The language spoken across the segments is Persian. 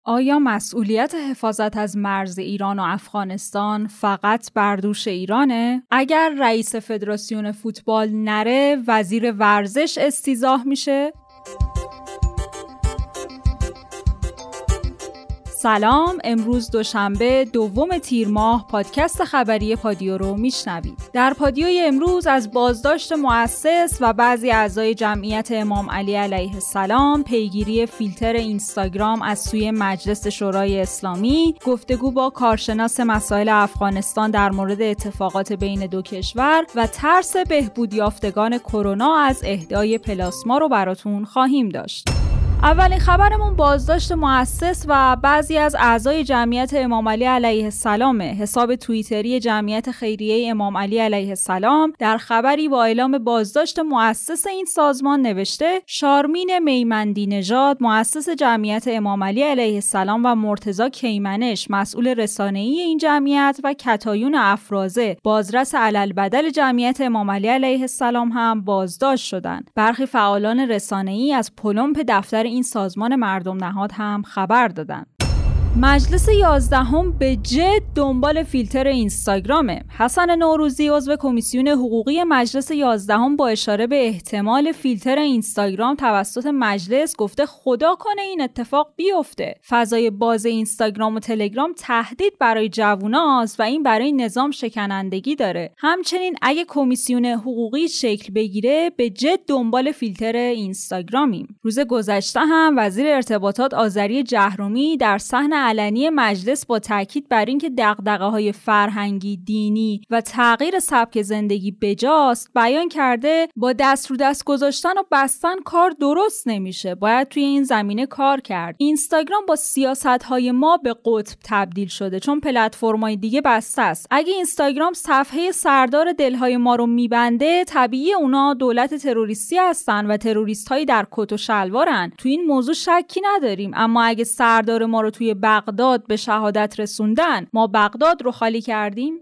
آیا مسئولیت حفاظت از مرز ایران و افغانستان فقط بر دوش ایرانه؟ اگر رئیس فدراسیون فوتبال نره، وزیر ورزش استیضاح میشه؟ سلام، امروز دوشنبه 2 تیر ماه پادکست خبری پادیو رو میشنوید. در پادیوی امروز از بازداشت مؤسس و بعضی اعضای جمعیت امام علی علیه السلام، پیگیری فیلتر اینستاگرام از سوی مجلس شورای اسلامی، گفتگو با کارشناس مسائل افغانستان در مورد اتفاقات بین دو کشور و ترس بهبود یافتگان کرونا از اهدای پلاسما رو براتون خواهیم داشت. اولین خبرمون بازداشت مؤسس و بعضی از اعضای جمعیت امام علی علیه السلام. حساب توییتری جمعیت خیریه امام علی علیه السلام در خبری با اعلام بازداشت مؤسس این سازمان نوشته: شارمین میمندی نژاد، مؤسس جمعیت امام علی علیه السلام، و مرتضی کیمنش، مسئول رسانه‌ای این جمعیت، و کتایون افرازه، بازرس عللبدل جمعیت امام علی علیه السلام هم بازداشت شدند. برخی فعالان رسانه‌ای از پلمپ دفتر این سازمان مردم نهاد هم خبر دادن. مجلس 11 به جد دنبال فیلتر اینستاگرامه. حسن نوروزی، عضو کمیسیون حقوقی مجلس 11 با اشاره به احتمال فیلتر اینستاگرام توسط مجلس گفته خدا کنه این اتفاق بیفته. فضای باز اینستاگرام و تلگرام تهدید برای جووناست و این برای نظام شکنندگی داره. همچنین اگه کمیسیون حقوقی شکل بگیره به جد دنبال فیلتر اینستاگرامیم. روز گذشته هم وزیر ارتباطات آذری جهرومی در صحن علنی مجلس با تاکید بر اینکه دغدغه‌های فرهنگی، دینی و تغییر سبک زندگی بجاست، بیان کرده با دست رو دست گذاشتن و بستن کار درست نمیشه، باید توی این زمینه کار کرد. اینستاگرام با سیاست‌های ما به قطب تبدیل شده چون پلتفرم‌های دیگه بسته است. اگه اینستاگرام صفحه سردار دلهای ما رو میبنده، طبیعی اونا دولت تروریستی هستن و تروریست‌هایی در کت و شلوارن. توی این موضوع شکی نداریم، اما اگه سردار ما رو توی بغداد به شهادت رسوندن، ما بغداد رو خالی کردیم؟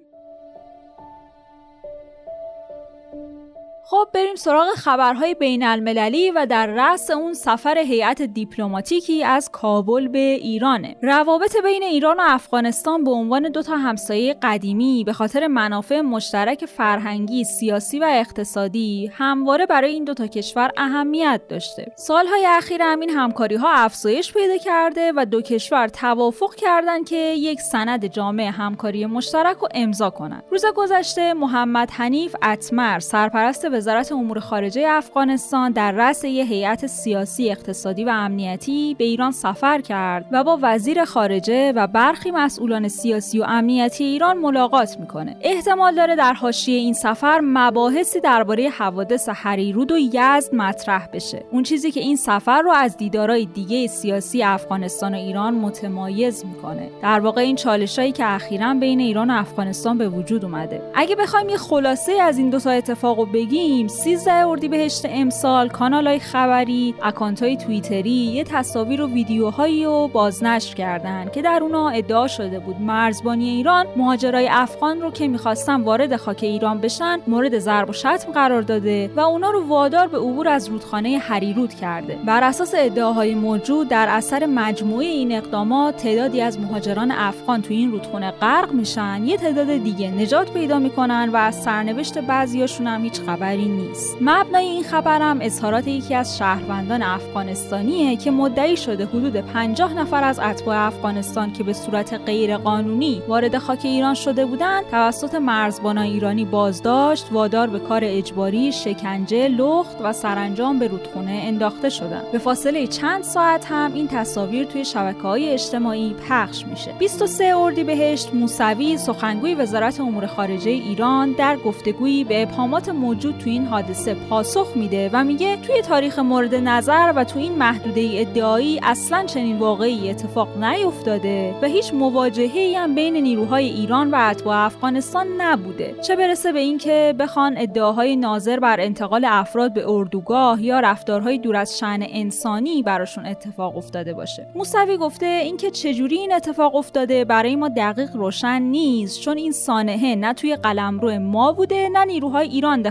خب بریم سراغ خبرهای بین المللی و در رأس اون سفر هیئت دیپلماتیکی از کابل به ایرانه. روابط بین ایران و افغانستان به عنوان دو تا همسایه قدیمی به خاطر منافع مشترک فرهنگی، سیاسی و اقتصادی همواره برای این دو تا کشور اهمیت داشته. سالهای اخیر هم این همکاری‌ها افزایش پیدا کرده و دو کشور توافق کردند که یک سند جامع همکاری مشترک رو امضا کنند. روز گذشته محمد حنیف اتمر، سرپرست وزارت امور خارجه افغانستان، در رأس یک هیئت سیاسی، اقتصادی و امنیتی به ایران سفر کرد و با وزیر خارجه و برخی مسئولان سیاسی و امنیتی ایران ملاقات میکنه. احتمال داره در حاشیه این سفر مباحثی درباره حوادث هریرود و یزد مطرح بشه. اون چیزی که این سفر رو از دیدارهای دیگه سیاسی افغانستان و ایران متمایز میکنه. در واقع این چالشایی که اخیراً بین ایران و افغانستان به وجود اومده. اگه بخوایم یه خلاصه از این دو تا اتفاقو بگیم، 13 اردیبهشت امسال کانال‌های خبری، اکانت‌های توییتری یه تصاویر و ویدیوهایی رو بازنشر کردن که در اونها ادعا شده بود مرزبانی ایران مهاجرای افغان رو که می‌خواستن وارد خاک ایران بشن مورد ضرب و شتم قرار داده و اونا رو وادار به عبور از رودخانه هریرود کرده. بر اساس ادعاهای موجود، در اثر مجموعه این اقدامات تعدادی از مهاجران افغان تو این رودخانه غرق میشن، یه تعداد دیگه نجات پیدا میکنن و از سرنوشت بعضیاشون هم هیچ خبری نیست. مبنای این خبرم اظهارات یکی از شهروندان افغانستانیه که مدعی شده حدود 50 نفر از اتباع افغانستان که به صورت غیر قانونی وارد خاک ایران شده بودند توسط مرزبانان ایرانی بازداشت، وادار به کار اجباری، شکنجه، لخت و سرانجام به رودخانه انداخته شدند. به فاصله چند ساعت هم این تصاویر توی شبکه‌های اجتماعی پخش میشه. 23 اردیبهشت موسوی، سخنگوی وزارت امور خارجه ایران، در گفتگویی به ابهامات موجود توی این حادثه پاسخ میده و میگه توی تاریخ مورد نظر و توی این محدوده ادعایی اصلاً چنین واقعی اتفاق نیفتاده و هیچ مواجهه‌ای هم بین نیروهای ایران و اتباع افغانستان نبوده، چه برسه به اینکه بخوان ادعاهای ناظر بر انتقال افراد به اردوگاه یا رفتارهای دور از شأن انسانی براشون اتفاق افتاده باشه. موسوی گفته اینکه چجوری این اتفاق افتاده برای ما دقیق روشن نیست، چون این سانحه نه توی قلمرو ما بوده نه نیروهای ایران دخالتی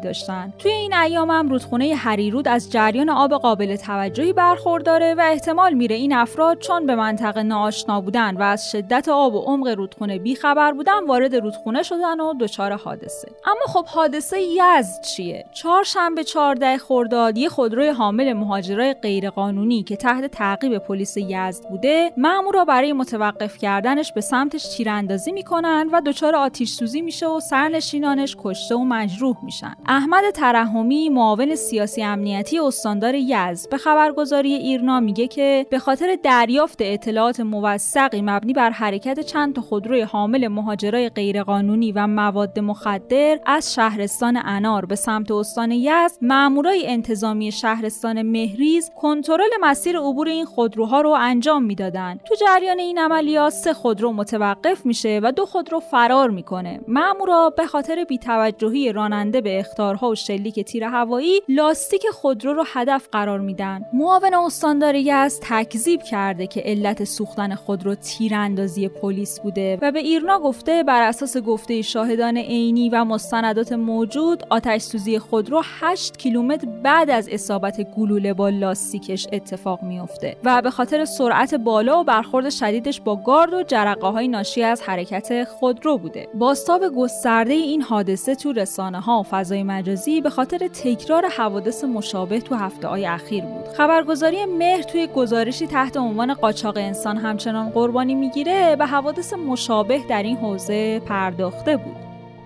داشتن. توی این ایام هم رودخونه هریرود از جریان آب قابل توجهی برخورداره و احتمال میره این افراد چون به منطقه ناآشنا بودن و از شدت آب و عمق رودخونه بیخبر بودن وارد رودخونه شدن و دچار حادثه. اما خب حادثه یزد چیه؟ چهارشنبه 14 خرداد یه خودروی حامل مهاجرای غیرقانونی که تحت تعقیب پلیس یزد بوده، مأمورا برای متوقف کردنش به سمتش تیراندازی میکنن و دچار آتش سوزی میشه و سرنشینانش کشته و مجروح میشن. احمد ترحمی، معاون سیاسی امنیتی استاندار یزد، به خبرگزاری ایرنا میگه که به خاطر دریافت اطلاعات موثقی مبنی بر حرکت چند تا خودروی حامل مهاجرای غیرقانونی و مواد مخدر از شهرستان انار به سمت استان یزد، مامورای انتظامی شهرستان مهریز کنترل مسیر عبور این خودروها رو انجام میدادن. تو جریان این عملیات 3 خودرو متوقف میشه و 2 خودرو فرار میکنه. مامورا به خاطر بی‌توجهی راننده به اخطارها و شلیک تیر هوایی لاستیک خودرو رو هدف قرار میدن. معاون استاندار یزد تکذیب کرده که علت سوختن خودرو تیراندازی پلیس بوده و به ایرنا گفته بر اساس گفته شاهدان عینی و مستندات موجود آتش سوزی خودرو 8 کیلومتر بعد از اصابت گلوله با لاستیکش اتفاق میفته و به خاطر سرعت بالا و برخورد شدیدش با گارد و جرقه‌های ناشی از حرکت خودرو بوده. بازتاب گسترده این حادثه تو رسانه‌ها و فضای مجازی به خاطر تکرار حوادث مشابه تو هفته‌های اخیر بود. خبرگزاری مهر توی گزارشی تحت عنوان قاچاق انسان همچنان قربانی میگیره به حوادث مشابه در این حوزه پرداخته بود.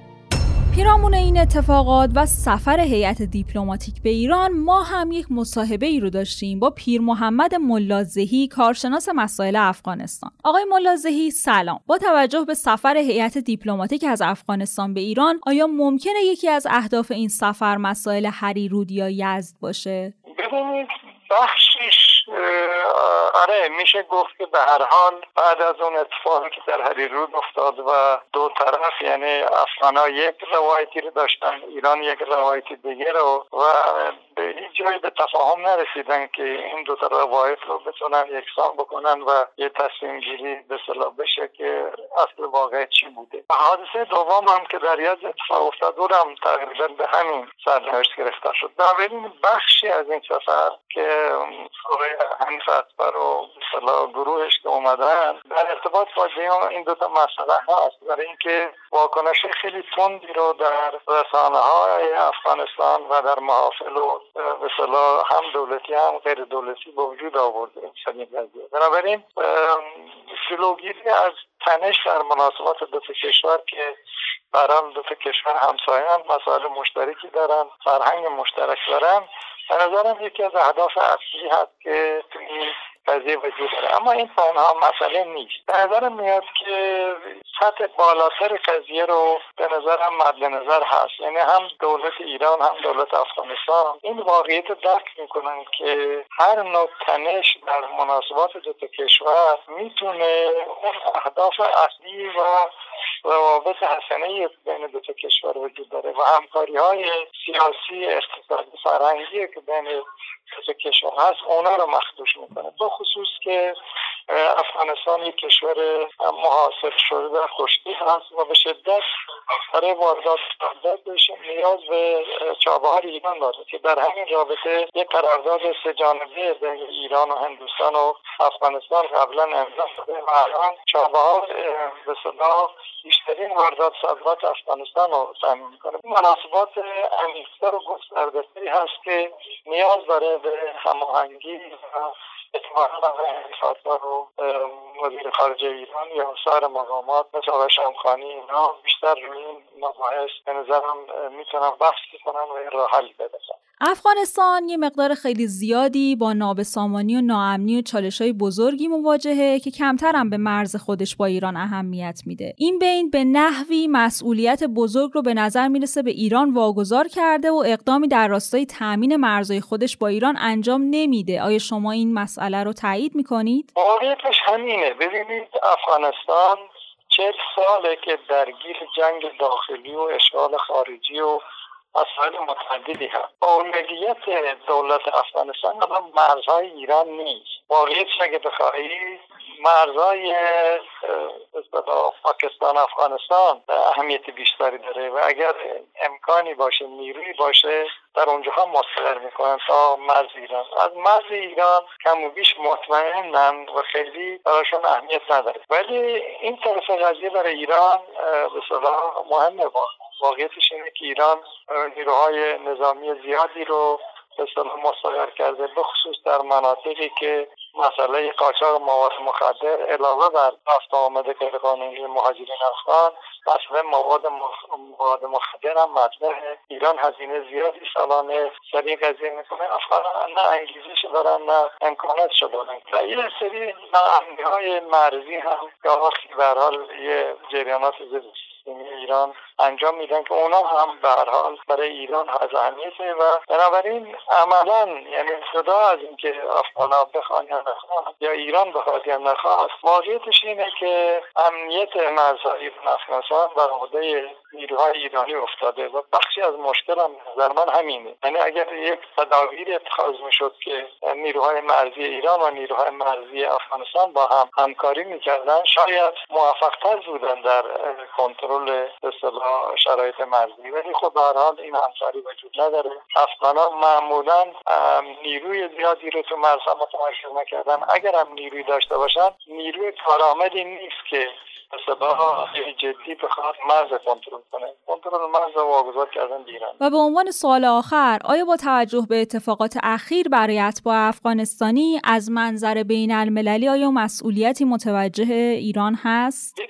پیرامون این اتفاقات و سفر هیئت دیپلماتیک به ایران، ما هم یک مصاحبه ای رو داشتیم با پیر محمد ملازهی، کارشناس مسائل افغانستان. آقای ملازهی سلام. با توجه به سفر هیئت دیپلماتیک از افغانستان به ایران، آیا ممکنه یکی از اهداف این سفر مسائل هریرود یا یزد باشه؟ ببینید بخشش آره میشه گفت که به هر حال بعد از اون اتفاقی که در هریرود افتاد و دو طرف یعنی افغان‌ها یک روایتی رو داشتن، ایران یک روایتی دیگه رو و به هیچ جایی به تفاهم نرسیدن که این دو تا روایت رو بتونن یکسان بکنن و یه تصمیم گیری به اصطلاح بشه که اصل واقع چی بوده. حادثه دوم هم که در یزد اتفاق افتاد اونم تقریبا به همین سرنوشت گرفتار شد. بنابراین بخشی از این سفر که حنیف اکبر و مثلا گروهش که اومدن در ارتباط با این دو تا مسئله هست، برای اینکه واکنش خیلی تندی رو در رسانه‌های افغانستان و در محافل و مثلا هم دولتی هم غیر دولتی به وجود آورده این قضیه. بنابراین جلوگیری از تنش در مناسبات دو تا کشور که برام دو تا کشور همسایه‌اند، مسائل مشترکی دارن، فرهنگ مشترک دارن، به نظرم یکی از اهداف اصلی هست که تو این قضیه وجود داره. اما این تنها مسئله نیست. به نظرم میاد که سطح بالاتر قضیه رو به نظرم مد نظر هست، یعنی هم دولت ایران هم دولت افغانستان این واقعیت رو درک میکنن که هر نوع تنش در مناسبات دو تا کشور میتونه اون اهداف اصلی و روابط حسنه بین دو تا کشور وجود داره و همکاری‌های سیاسی، اقتصادی، فرهنگی که بین دو تا کشور هست اونا رو مخدوش میکنه. به خصوص که افغانستان یک کشور محاصره شده در خشکی هست و به شدت برای واردات بهش نیاز به چابهار ایران داره که در همین رابطه یک قرارداد 3 جانبه بین ایران و هندوستان و افغانستان قبلا امضا شده و الان چابهار به اصطلاح بیشترین واردات صادرات افغانستان رو تامین میکنه. مناسبات عمیق‌تر و گسترده‌تری هست که نیاز داره به هماهنگی و اعتماد انتخابات رو وزیر خارجه ایران یا سایر مقامات مثل آقای شمخانی اینا بیشتر روی این مباحث به نظرم میتونن بحث کنن و این راه حل بدن. افغانستان یه مقدار خیلی زیادی با نابسامانی و ناامنی و چالش‌های بزرگی مواجهه که کمتر هم به مرز خودش با ایران اهمیت میده. این بین به نحوی مسئولیت بزرگ رو به نظر میرسه به ایران واگذار کرده و اقدامی در راستای تامین مرزهای خودش با ایران انجام نمیده. آیا شما این مسئله رو تایید میکنید؟ واقعیتش همینه. ببینید افغانستان 40 ساله که درگیر جنگ داخلی و اشغال خارجی و مسائل متعددی هست. اولویت دولت افغانستان الان مرزهای ایران نیست. واقعیتش اگه بخواهی مرزهای پاکستان افغانستان اهمیت بیشتری داره و اگر امکانی باشه نیروی باشه در اونجا هم مستقر میکنن تا مرز ایران. از مرز ایران کم و بیش مطمئنن و خیلی براشون اهمیت نداره، ولی این طرف قضیه برای ایران به اصطلاح مهمه. واقعیتش اینه که ایران نیروهای نظامی زیادی رو به اصطلاح مستقر کرده، به خصوص در مناطقی که مسئله قاچاق مواد مخدر علاوه بر رفت آمده غیر قانونی مهاجرین افغان، مثلا مواد مخدر هم مطرحه. ایران هزینه زیادی سالانه سر این قضیه میکنه. افغان نه انگیزش دارن نه امکاناتش دارن و یه سری ناامنی‌های مرزی هم گاهی به هر حال یه جریانات ضد ایران انجام میدن که اونا هم به هر حال برای ایران از اهمیته و بنابراین عملا یعنی صدا از اینکه افغان‌ها بخوان یا نخوان یا ایران بخواد یا نخواد، واقعیتش اینه که امنیت مرزهای ایران افغانستان بر عهده نیروهای ایرانی افتاده و بخشی از مشکل هم نظر من همینه. یعنی اگر یک تدابیر اتخاذ میشد که نیروهای مرزی ایران و نیروهای مرزی افغانستان با هم همکاری میکردن، شاید موفق‌تر بودن در کنترل به اصطلاح شرایط مرزی، ولی خب به هر حال این همکاری وجود نداره. افغان‌ها معمولاً نیروی زیادی رو تو مرزها متمرکز نکردن. اگر هم نیروی داشته باشن، نیروی کارآمدی نیست که به اصطلاح جدی بخواد مرز کنترل کنه. کنترل مرز واگذار کردن ایران. و به عنوان سوال آخر، آیا با توجه به اتفاقات اخیر برای اتباع افغانستانی از منظر بین المللی آیا مسئولیتی متوجه ایران هست؟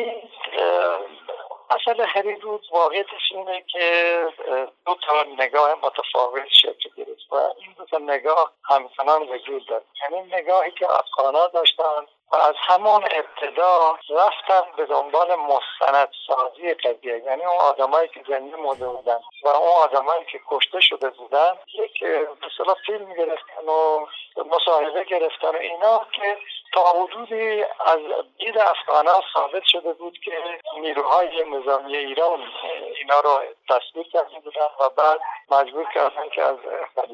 مسئله هریرود واقعیتش اینه که دو تا نگاه متفاوت شکل گرفت و این دو تا نگاه همچنان وجود داره. یعنی نگاهی که افغان‌ها داشتن و از همون ابتدا رفتن به دنبال مستندسازی قضیه، یعنی اون آدمایی که زنده مرده بودن و اون آدمایی که کشته شده بودن یک به اصطلاح فیلم گرفتن و مصاحبه گرفتن و اینا که تا حدودی از دید افغان‌ها ثابت شده بود که نیروهای نظامی ایران اینا رو تصویر کرده بودن و بعد مجبور کردن که از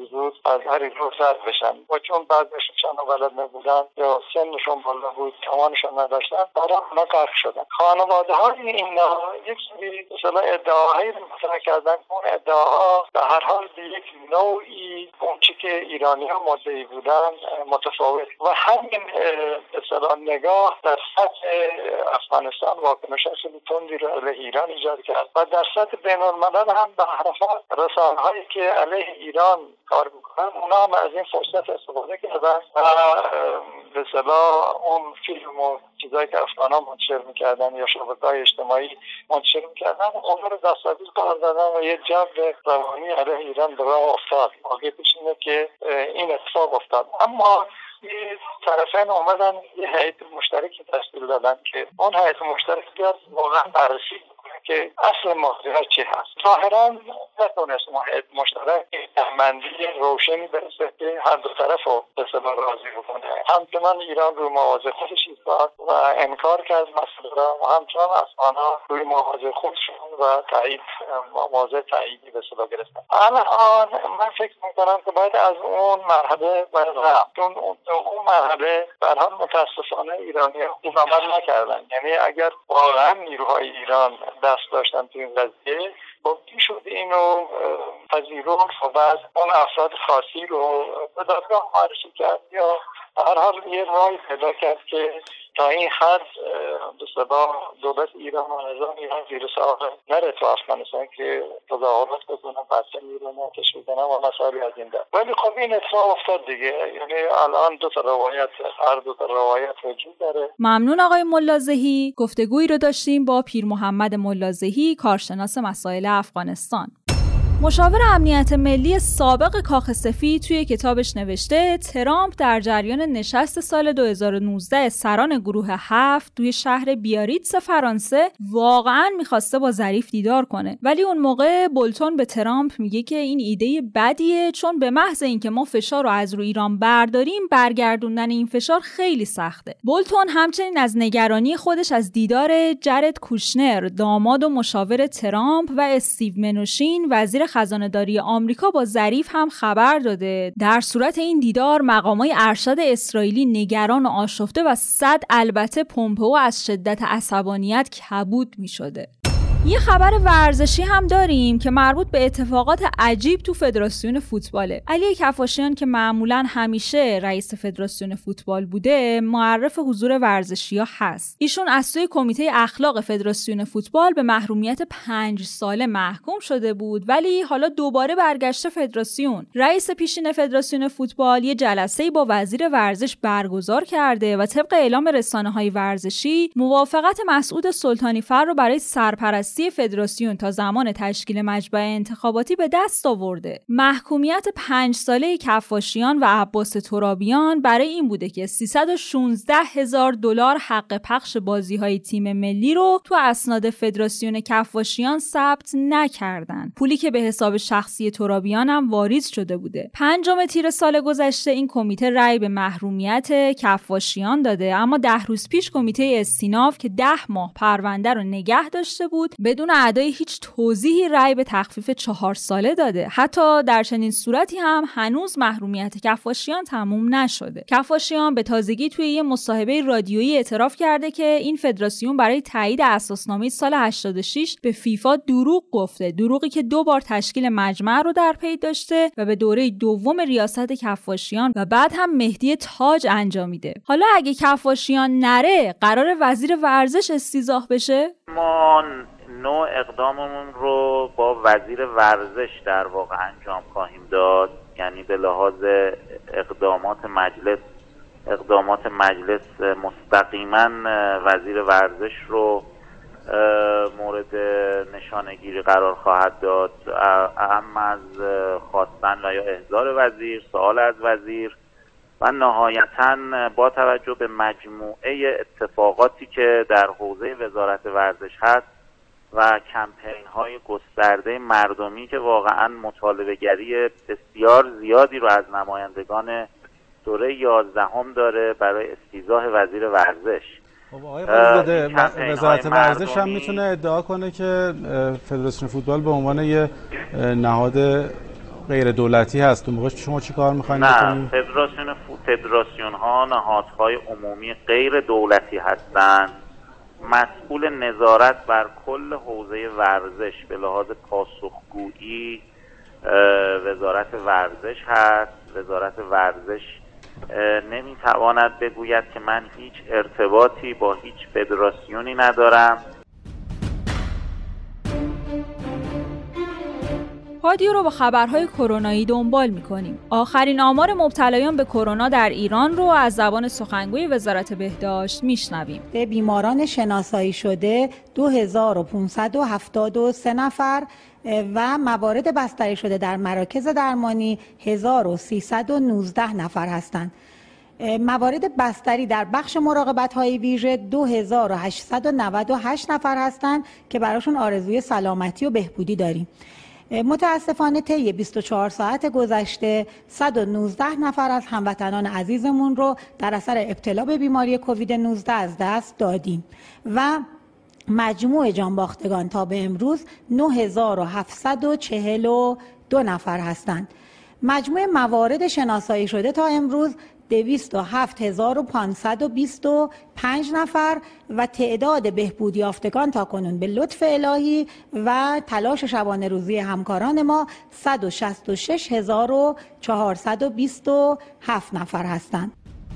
هریرود رد بشن و چون بعضیشون بلد نبودن یا سنشون بالا بود، کمانشون نداشتن، برای اونا غرق شدن. خانواده های اینا یک سری مثلا ادعاهایی رو مطرح کردن. اون ادعاها به هر حال به یک نوعی اون چی که ایرانی‌ها مدعی بودن متفاوت و همین مثلا نگاه در سطح افغانستان واکنش خیلی تندی رو علیه ایران ایجاد کرد و در سطح بین‌الملل هم به هر حال رسانه‌هایی که علیه ایران کار میکنن اونا هم از این فرصت استفاده کردن و به اصطلاح اون فیلم و چیزایی که افغان‌ها منتشر میکردن یا شبکه‌های اجتماعی منتشر میکردن اونا رو دستاویز قرار دادن و یه جو روانی علیه ایران به راه افتاد. واقعیتش اینه که این اتفاق افتاد، اما این طرفین اومدن یه هیئت مشترکی تشکیل دادن که اون هیئت مشترک بیاد واقعا بررسی که اصل ماجرا چی هست. ظاهرا نتونست هیئت مشترک تهمندی روشنی برسه که هر دو طرف رو به اصطلاح راضی بکنه. همچنان ایران روی مواضع خودش ایستاد و انکار کرد مسئله را و همچنان افغان‌ها روی مواضع خودشون و مواضع تاییدی به اصطلاح گرفتن. الان من فکر میکنم که باید از اون مرحله رفت، چون اون مرحله به هر حال متاسفانه ایرانی‌ها خوب عمل نکردن. یعنی اگر واقعا نیروهای ایران دست داشتن تو این قضیه باید شد اینو پذیرفت و بعد اون افراد خاصی رو به دادگاه معرفی کرد یا هر حال یه راهی پیدا کرد که تا این حد به اصطلاح دولت ایران و نظام ایران زیر ساقه نره تو افغانستان که تظاهرات بکنن، بچه میرن آتش بزنن و مسائلی از این دست. ولی خب این اتفاق افتاد دیگه. یعنی الان هر دو تا روایت وجود داره. ممنون آقای ملازحی. گفتگویی رو داشتیم با پیر محمد ملازحی، کارشناس مسائل افغانستان. مشاور امنیت ملی سابق کاخ سفید توی کتابش نوشته ترامپ در جریان نشست سال 2019 سران گروه 7 توی شهر بیاریتس فرانسه واقعاً میخواسته با ظریف دیدار کنه، ولی اون موقع بولتون به ترامپ میگه که این ایده بدیه، چون به محض اینکه ما فشار رو از روی ایران برداریم برگردوندن این فشار خیلی سخته. بولتون همچنین از نگرانی خودش از دیدار جرد کوشنر، داماد و مشاور ترامپ، و استیو منوشین، وزیر خزانه‌داری آمریکا با ظریف هم خبر داده در صورت این دیدار مقامای ارشد اسرائیلی نگران و آشفته و البته پومپئو از شدت عصبانیت کبود می‌شده. یه خبر ورزشی هم داریم که مربوط به اتفاقات عجیب تو فدراسیون فوتباله. علی کفاشیان که معمولاً همیشه رئیس فدراسیون فوتبال بوده، معرف حضور ورزشی‌ها هست. ایشون از سوی کمیته اخلاق فدراسیون فوتبال به محرومیت 5 ساله محکوم شده بود، ولی حالا دوباره برگشته فدراسیون. رئیس پیشین فدراسیون فوتبال یه جلسه‌ای با وزیر ورزش برگزار کرده و طبق اعلام رسانه‌های ورزشی موافقت مسعود سلطانی فر رو برای سرپرستی فدراسیون تا زمان تشکیل مجمع انتخاباتی به دست آورده. محکومیت 5 ساله کفاشیان و عباس ترابیان برای این بوده که $316,000 حق پخش بازی‌های تیم ملی رو تو اسناد فدراسیون کفاشیان ثبت نکردن. پولی که به حساب شخصی ترابیان هم واریز شده بوده. 5 تیر سال گذشته این کمیته رأی به محرومیت کفاشیان داده، اما 10 روز پیش کمیته استیناف که 10 ماه پرونده رو نگه داشته بود بدون ادای هیچ توضیحی رأی به تخفیف 4 ساله داده. حتی در چنین صورتی هم هنوز محرومیت کفاشیان تموم نشده. کفاشیان به تازگی توی یه مصاحبه رادیویی اعتراف کرده که این فدراسیون برای تایید اساسنامه سال 86 به فیفا دروغ گفته، دروغی که 2 بار تشکیل مجمع رو در پی داشته و به دوره دوم ریاست کفاشیان و بعد هم مهدی تاج انجامیده. حالا اگه کفاشیان نره قرار وزیر ورزش استیضاح بشه؟ ما نوع اقداممون رو با وزیر ورزش در واقع انجام خواهیم داد، یعنی به لحاظ اقدامات مجلس مستقیما وزیر ورزش رو مورد نشانه‌گیری قرار خواهد داد، اهم از خواستن و یا احضار وزیر، سوال از وزیر و نهایتاً با توجه به مجموعه اتفاقاتی که در حوزه وزارت ورزش هست و کمپین‌های گسترده مردمی که واقعاً مطالبه‌گری بسیار زیادی رو از نمایندگان دوره 11 داره برای استیضاح وزیر ورزش. خب آقای قاضی‌زاده، وزارت ورزش هم میتونه ادعا کنه که فدراسیون فوتبال به عنوان یه نهاد غیر دولتی هست. اون موقع شما چی کار می‌خواید بکنید؟ نه، فدراسیون ها نهادهای عمومی غیر دولتی هستند. مسئول نظارت بر کل حوزه ورزش به لحاظ پاسخگویی وزارت ورزش هست. وزارت ورزش نمیتواند بگوید که من هیچ ارتباطی با هیچ فدراسیونی ندارم. رادیو رو با خبرهای کرونایی دنبال می‌کنیم. آخرین آمار مبتلایان به کرونا در ایران رو از زبان سخنگوی وزارت بهداشت میشنویم. بیماران شناسایی شده 2573 نفر و موارد بستری شده در مراکز درمانی 1319 نفر هستند. موارد بستری در بخش مراقبت‌های ویژه 2898 نفر هستند که براشون آرزوی سلامتی و بهبودی داریم. متاسفانه طی 24 ساعت گذشته 119 نفر از هموطنان عزیزمون رو در اثر ابتلا به بیماری کووید 19 از دست دادیم و مجموع جانباختگان تا به امروز 9742 نفر هستند. مجموع موارد شناسایی شده تا امروز 207525 نفر و تعداد بهبودی یافتگان تا کنون به لطف الهی و تلاش شبانه روزی همکاران ما 166427 نفر هستند.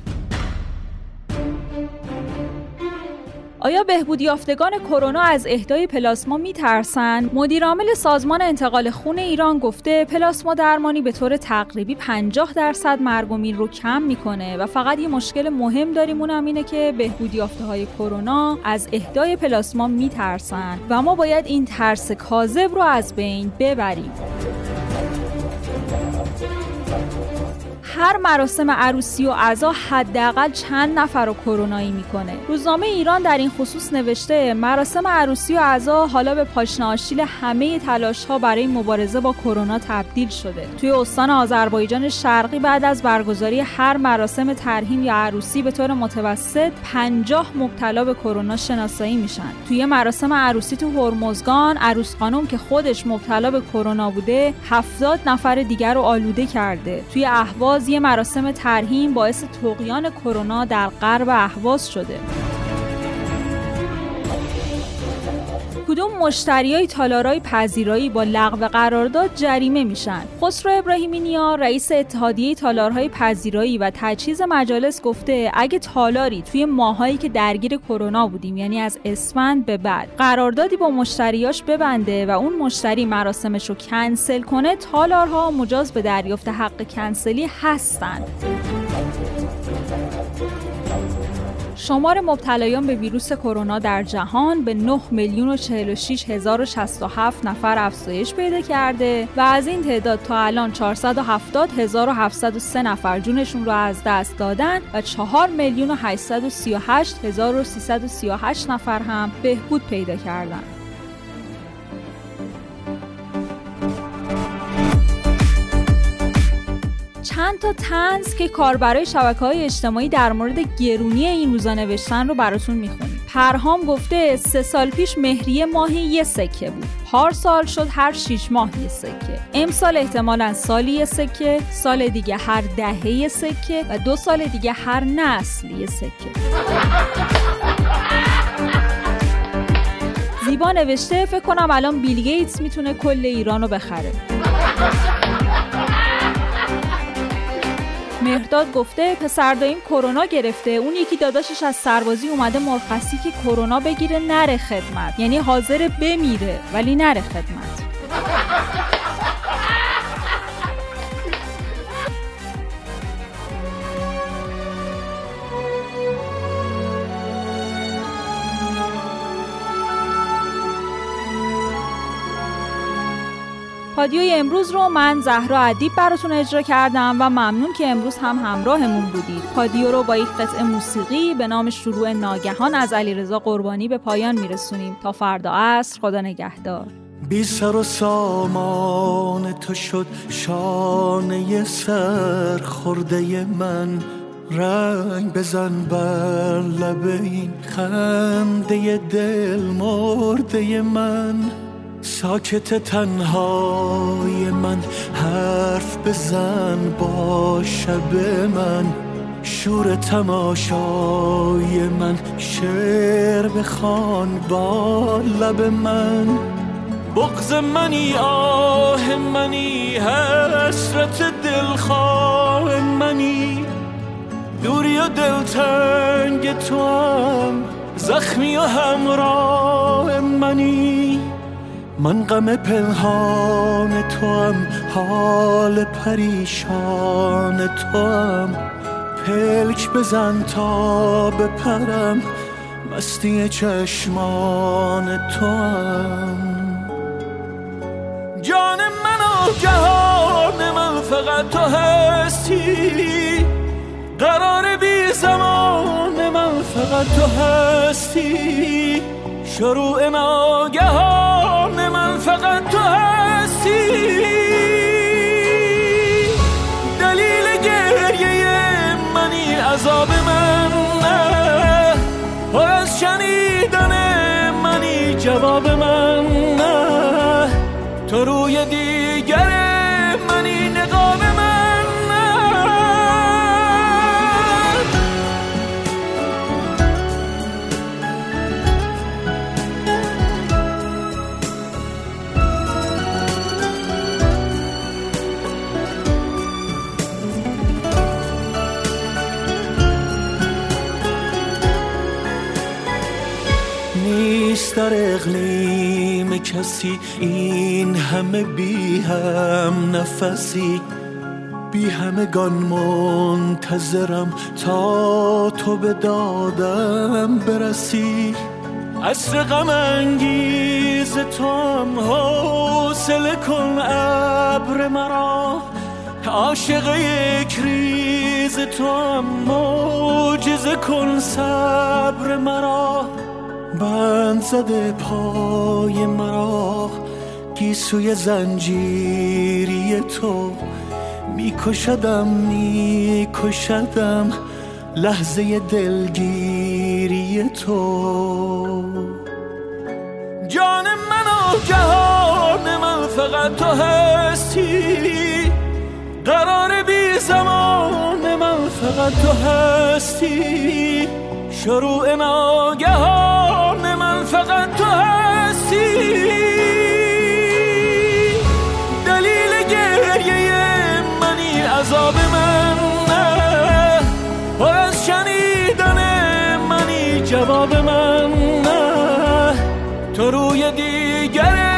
آیا بهبودی یافتگان کرونا از اهدای پلاسما میترسن؟ مدیر عامل سازمان انتقال خون ایران گفته پلاسما درمانی به طور تقریبی 50% مرگ و میر رو کم میکنه و فقط یه مشکل مهم داریم، اونم اینه که بهبودی یافته‌های کرونا از اهدای پلاسما میترسن و ما باید این ترس کاذب رو از بین ببریم. هر مراسم عروسی و عزا حداقل چند نفر رو کرونایی میکنه. روزنامه ایران در این خصوص نوشته مراسم عروسی و عزا حالا به پاشنه آشیل همه تلاش‌ها برای مبارزه با کرونا تبدیل شده. توی استان آذربایجان شرقی بعد از برگزاری هر مراسم ترحیم یا عروسی به طور متوسط 50 مبتلا به کرونا شناسایی میشن. توی مراسم عروسی تو هرمزگان عروس خانم که خودش مبتلا به کرونا بوده 70 نفر دیگر رو آلوده کرده. توی اهواز یه مراسم ترحیم باعث طغیان کرونا در غرب اهواز شده. کدوم مشتریای تالارای پذیرایی با لغو قرارداد جریمه میشن؟ خسرو ابراهیمی نیا رئیس اتحادیه تالارهای پذیرایی و تجهیز مجالس گفته اگه تالاری توی ماهایی که درگیر کرونا بودیم یعنی از اسفند به بعد قراردادی با مشتریاش ببنده و اون مشتری مراسمشو کنسل کنه، تالارها مجاز به دریافت حق کنسلی هستن. شمار مبتلایان به ویروس کرونا در جهان به 9,046,067 نفر افزایش پیدا کرده و از این تعداد تا الان 470,703 نفر جونشون رو از دست دادن و 4,838,338 نفر هم بهبود پیدا کردن. چند تا طنز که کاربرای شبکه‌های اجتماعی در مورد گرونی این روزا نوشتن رو براتون میخونیم. پرهام گفته 3 سال پیش مهریه ماهی 1 سکه بود. پارسال شد هر 6 ماه 1 سکه. امسال احتمالاً سالی 1 سکه، سال دیگه هر دهه 1 سکه و 2 سال دیگه هر نسل 1 سکه. زیبا نوشته فکر کنم الان بیل گیتس میتونه کل ایرانو بخره. مهرداد گفته پسر داییم کرونا گرفته، اون یکی داداشش از سربازی اومده مرخصی که کرونا بگیره نره خدمت، یعنی حاضر بمیره ولی نره خدمت. پادیوی امروز رو من زهرا ادیب براتون اجرا کردم و ممنون که امروز هم همراهمون بودید. پادیو رو با یک قطعه موسیقی به نام شروع ناگهان از علیرضا قربانی به پایان میرسونیم. تا فردا عصر، خدا نگهدار. بی سر و سامان تو شد شانه سر خورده من، رنگ بزن بر لب این خنده دل مرده من. ساکت تنهای من حرف بزن با شب من، شور تماشای من شعر بخوان با لب من. بغض منی آه منی حسرت دلخواه منی، دوری و دلتنگ تو هم زخمی و همراه منی. من غم پنهان تو هم حال پریشان تو هم، پلک بزن تا بپرم مستی چشمان تو هم. جان من و جهان من فقط تو هستی، قرار بی زمان من فقط تو هستی، شروع ناگهان من فقط تو هستی. دلیل گریه منی عذاب من نه، پر از شنیدن منی جواب من نه، تو روی دیگر منی نقاب من نه. نیست در اقلیم کسی این همه بی هم نفسی، بی همگان منتظرم تا تو به دادم برسی. عصر غم انگیز تو هم حوصله کن ابر مرا، عاشق یک ریز تو هم معجزه کن صبر مرا، بند زده پای مرا گیسوی زنجیری تو، میکشدم لحظه دلگیری تو. جان من و جهان من فقط تو هستی، قرار بی زمان من فقط تو هستی، شروع ناگهان من فقط تو هستی، دلیل گریه منی عذاب من نه، پر از شنیدن منی جواب من نه، تو روی دیگره